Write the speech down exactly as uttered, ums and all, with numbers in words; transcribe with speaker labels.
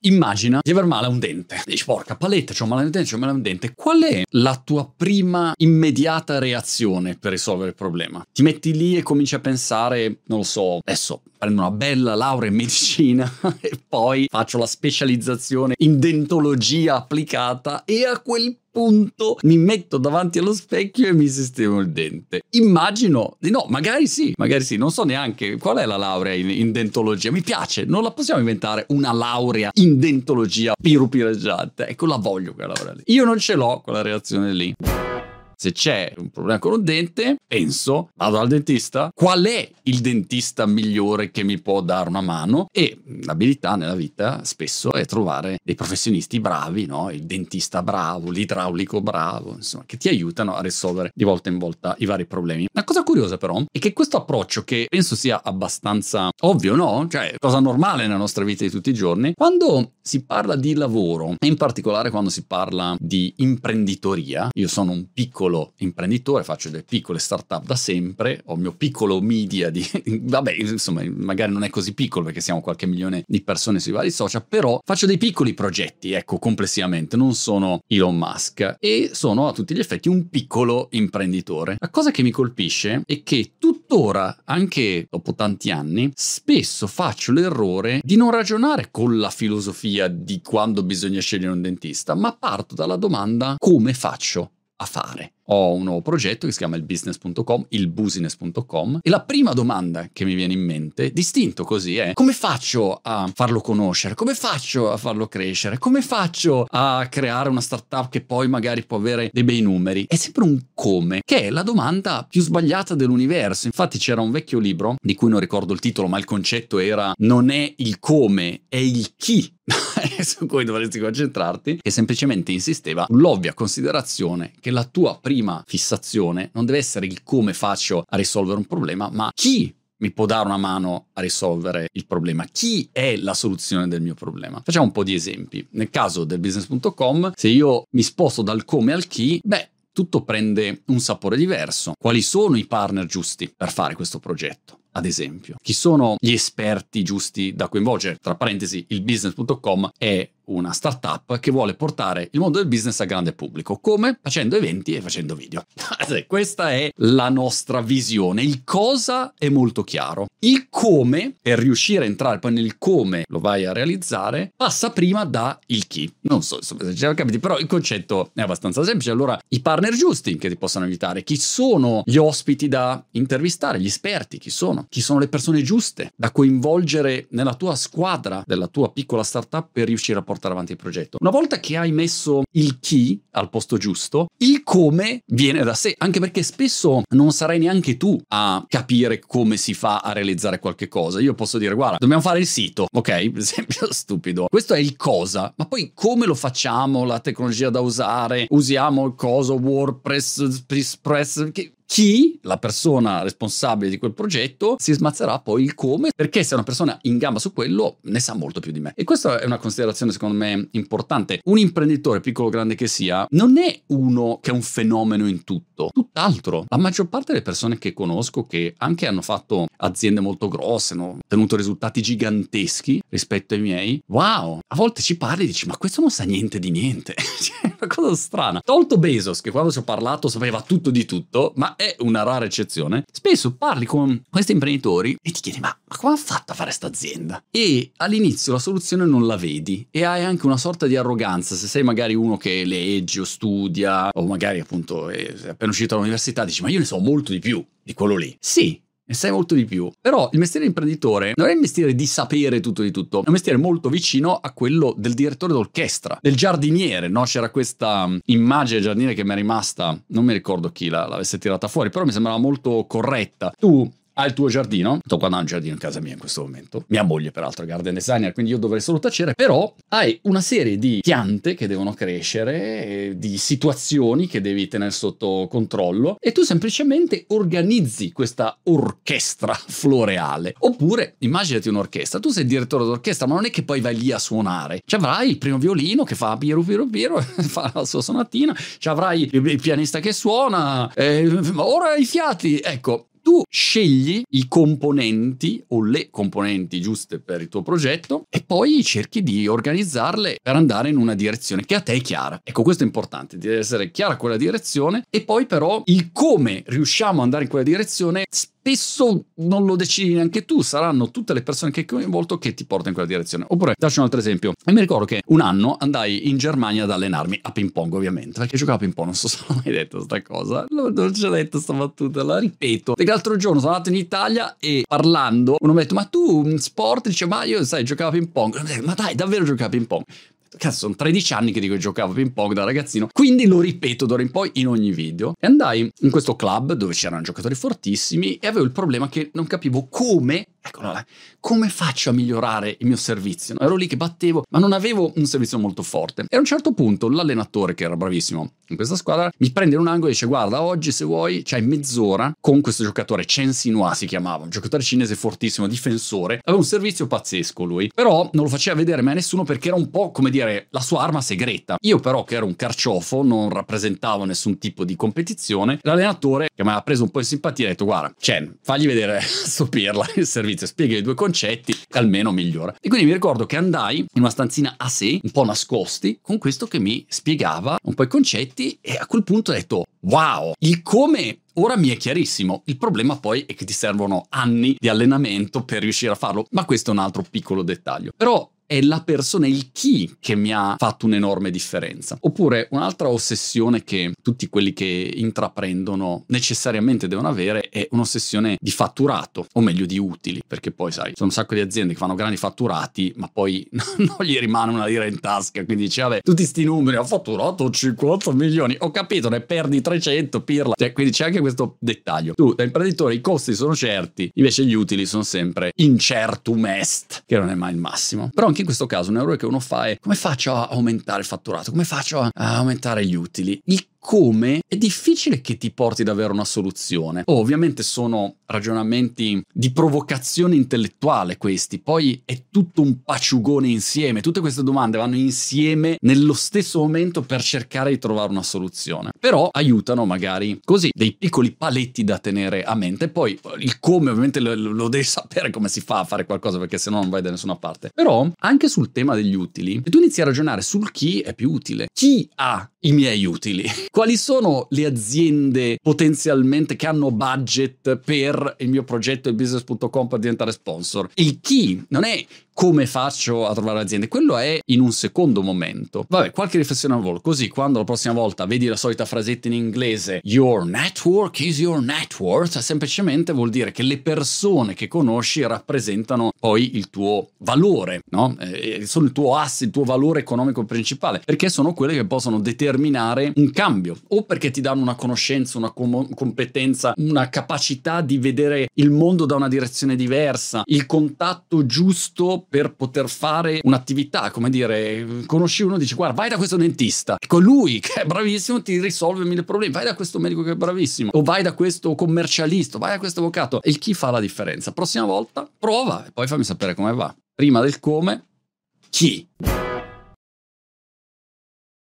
Speaker 1: Immagina di aver male a un dente. Dici, porca paletta, c'ho male a un dente, c'ho male a un dente. Qual è la tua prima immediata reazione per risolvere il problema? Ti metti lì e cominci a pensare, non lo so, adesso prendo una bella laurea in medicina e poi faccio la specializzazione in dentologia applicata e a quel punto mi metto davanti allo specchio e mi sistemo il dente. Immagino di no, magari sì, magari sì, non so neanche qual è la laurea in, in dentologia. Mi piace, non la possiamo inventare una laurea in dentologia pirupireggiante. Ecco, la voglio quella laurea lì. Io non ce l'ho quella reazione lì. Se c'è un problema con un dente, penso, vado dal dentista. Qual è il dentista migliore che mi può dare una mano? E l'abilità nella vita spesso è trovare dei professionisti bravi, no? Il dentista bravo, l'idraulico bravo, insomma, che ti aiutano a risolvere di volta in volta i vari problemi. La cosa curiosa però è che questo approccio, che penso sia abbastanza ovvio, no? Cioè, cosa normale nella nostra vita di tutti i giorni, quando si parla di lavoro, e in particolare quando si parla di imprenditoria, io sono un piccolo imprenditore, faccio delle piccole startup da sempre, ho il mio piccolo media di vabbè, insomma, magari non è così piccolo perché siamo qualche milione di persone sui vari social, però faccio dei piccoli progetti, ecco, complessivamente non sono Elon Musk e sono a tutti gli effetti un piccolo imprenditore. La cosa che mi colpisce è che tuttora, anche dopo tanti anni, spesso faccio l'errore di non ragionare con la filosofia di quando bisogna scegliere un dentista, ma parto dalla domanda: come faccio a fare? Ho un nuovo progetto che si chiama il business punto com, il business punto com, e la prima domanda che mi viene in mente, distinto così, è: come faccio a farlo conoscere? Come faccio a farlo crescere? Come faccio a creare una startup che poi magari può avere dei bei numeri? È sempre un come, che è la domanda più sbagliata dell'universo. Infatti c'era un vecchio libro, di cui non ricordo il titolo, ma il concetto era: non è il come, è il chi su cui dovresti concentrarti, che semplicemente insisteva sull'ovvia considerazione che la tua prima fissazione non deve essere il come faccio a risolvere un problema, ma chi mi può dare una mano a risolvere il problema, chi è la soluzione del mio problema. Facciamo un po' di esempi. Nel caso del business punto com, se io mi sposto dal come al chi, beh, tutto prende un sapore diverso. Quali sono i partner giusti per fare questo progetto? Ad esempio, chi sono gli esperti giusti da coinvolgere? Tra parentesi, il business punto com è una startup che vuole portare il mondo del business a grande pubblico. Come? Facendo eventi e facendo video. Questa è la nostra visione. Il cosa è molto chiaro. Il come, per riuscire a entrare poi nel come lo vai a realizzare, passa prima da il chi. Non so se ci siamo capiti, però il concetto è abbastanza semplice. Allora, i partner giusti che ti possono aiutare, chi sono gli ospiti da intervistare, gli esperti, chi sono? Chi sono le persone giuste da coinvolgere nella tua squadra, della tua piccola startup, per riuscire a portare avanti il progetto. Una volta che hai messo il chi al posto giusto, il come viene da sé, anche perché spesso non sarai neanche tu a capire come si fa a realizzare qualche cosa. Io posso dire: guarda, dobbiamo fare il sito, ok? Per esempio, stupido. Questo è il cosa, ma poi come lo facciamo, la tecnologia da usare, usiamo il coso, WordPress, Express, che chi, la persona responsabile di quel progetto, si smazzerà poi il come, perché se è una persona in gamba su quello ne sa molto più di me. E questa è una considerazione secondo me importante. Un imprenditore, piccolo o grande che sia, non è uno che è un fenomeno in tutto, tutt'altro. La maggior parte delle persone che conosco, che anche hanno fatto aziende molto grosse, hanno ottenuto risultati giganteschi rispetto ai miei, wow, a volte ci parli e dici: ma questo non sa niente di niente. È una cosa strana. Tolto Bezos, che quando ci ho parlato sapeva tutto di tutto, ma è una rara eccezione. Spesso parli con questi imprenditori e ti chiedi: ma, ma come ha fatto a fare sta azienda? E all'inizio la soluzione non la vedi e hai anche una sorta di arroganza. Se sei magari uno che legge o studia, o magari appunto è appena uscito dall'università, dici: ma io ne so molto di più di quello lì. Sì, ne sai molto di più, però il mestiere imprenditore non è il mestiere di sapere tutto di tutto, è un mestiere molto vicino a quello del direttore d'orchestra, del giardiniere, no? C'era questa immagine del giardiniere che mi è rimasta, non mi ricordo chi la, l'avesse tirata fuori, però mi sembrava molto corretta. Tu hai il tuo giardino, sto guardando un giardino in casa mia in questo momento, mia moglie peraltro è garden designer, quindi io dovrei solo tacere, però hai una serie di piante che devono crescere, di situazioni che devi tenere sotto controllo, e tu semplicemente organizzi questa orchestra floreale. Oppure immaginati un'orchestra, tu sei il direttore d'orchestra, ma non è che poi vai lì a suonare, ci avrai il primo violino che fa piro piro piro, fa la sua sonatina, ci avrai il pianista che suona, eh, ora i fiati, ecco. tu scegli i componenti o le componenti giuste per il tuo progetto e poi cerchi di organizzarle per andare in una direzione che a te è chiara. Ecco, questo è importante, deve essere chiara quella direzione, e poi però il come riusciamo ad andare in quella direzione spesso non lo decidi neanche tu, saranno tutte le persone che hai coinvolto che ti portano in quella direzione. Oppure, faccio un altro esempio, e mi ricordo che un anno andai in Germania ad allenarmi a ping pong, ovviamente, perché giocavo a ping pong, non so se l'ho mai detto sta cosa, non ci ho detto sta battuta, la ripeto, perché l'altro giorno sono andato in Italia e parlando uno mi ha detto ma tu sport? Dice ma io sai giocavo a ping pong, ma dai davvero giocavo a ping pong? Cazzo, sono tredici anni che dico che giocavo a ping pong da ragazzino, quindi lo ripeto d'ora in poi in ogni video. E andai in questo club dove c'erano giocatori fortissimi e avevo il problema che non capivo come, eccolo là, come faccio a migliorare il mio servizio. Ero lì che battevo, ma non avevo un servizio molto forte. E a un certo punto l'allenatore, che era bravissimo in questa squadra, mi prende in un angolo e dice guarda, oggi se vuoi c'hai mezz'ora con questo giocatore, Chen Xinhua si chiamava, un giocatore cinese fortissimo, difensore, aveva un servizio pazzesco lui, però non lo faceva vedere mai a nessuno perché era un po' come dire la sua arma segreta. Io però, che ero un carciofo, non rappresentavo nessun tipo di competizione, l'allenatore che mi aveva preso un po' in simpatia ha detto guarda Chen, fagli vedere sto pirla il servizio, spiega i due concetti e almeno migliora. E quindi mi ricordo che andai in una stanzina a sé, un po' nascosti, con questo che mi spiegava un po' i concetti, e a quel punto ho detto wow, il come ora mi è chiarissimo. Il problema poi è che ti servono anni di allenamento per riuscire a farlo, ma questo è un altro piccolo dettaglio. Però è la persona, il chi, che mi ha fatto un'enorme differenza. Oppure un'altra ossessione che tutti quelli che intraprendono necessariamente devono avere è un'ossessione di fatturato, o meglio di utili, perché poi sai, sono un sacco di aziende che fanno grandi fatturati, ma poi non gli rimane una lira in tasca, quindi dice vabbè, tutti sti numeri, ho fatturato cinquanta milioni, ho capito, ne perdi trecento, pirla. Cioè, quindi c'è anche questo dettaglio. Tu, da imprenditore, i costi sono certi, invece gli utili sono sempre incertum est, che non è mai il massimo. Però anche in questo caso un errore che uno fa è come faccio a aumentare il fatturato, come faccio a aumentare gli utili. Il come è difficile che ti porti ad avere una soluzione. Oh, ovviamente sono ragionamenti di provocazione intellettuale questi, poi è tutto un paciugone insieme, tutte queste domande vanno insieme nello stesso momento per cercare di trovare una soluzione, però aiutano magari così dei piccoli paletti da tenere a mente. Poi il come ovviamente lo, lo devi sapere come si fa a fare qualcosa, perché se no non vai da nessuna parte. Però anche sul tema degli utili, se tu inizi a ragionare sul chi è più utile, chi ha i miei utili? Quali sono le aziende potenzialmente che hanno budget per il mio progetto il business punto com per diventare sponsor? Il chi non è come faccio a trovare aziende, quello è in un secondo momento. Vabbè, qualche riflessione al volo, così quando la prossima volta vedi la solita frasetta in inglese your network is your net worth, semplicemente vuol dire che le persone che conosci rappresentano poi il tuo valore, no? Eh, sono il tuo asset, il tuo valore economico principale, perché sono quelle che possono determinare un cambio, o perché ti danno una conoscenza, una com- competenza, una capacità di vedere il mondo da una direzione diversa, il contatto giusto per poter fare un'attività, come dire, conosci uno e dici guarda vai da questo dentista, ecco lui che è bravissimo ti risolve mille problemi, vai da questo medico che è bravissimo, o vai da questo commercialista, vai da questo avvocato. E il chi fa la differenza. Prossima volta prova e poi fammi sapere come va. Prima del come, chi.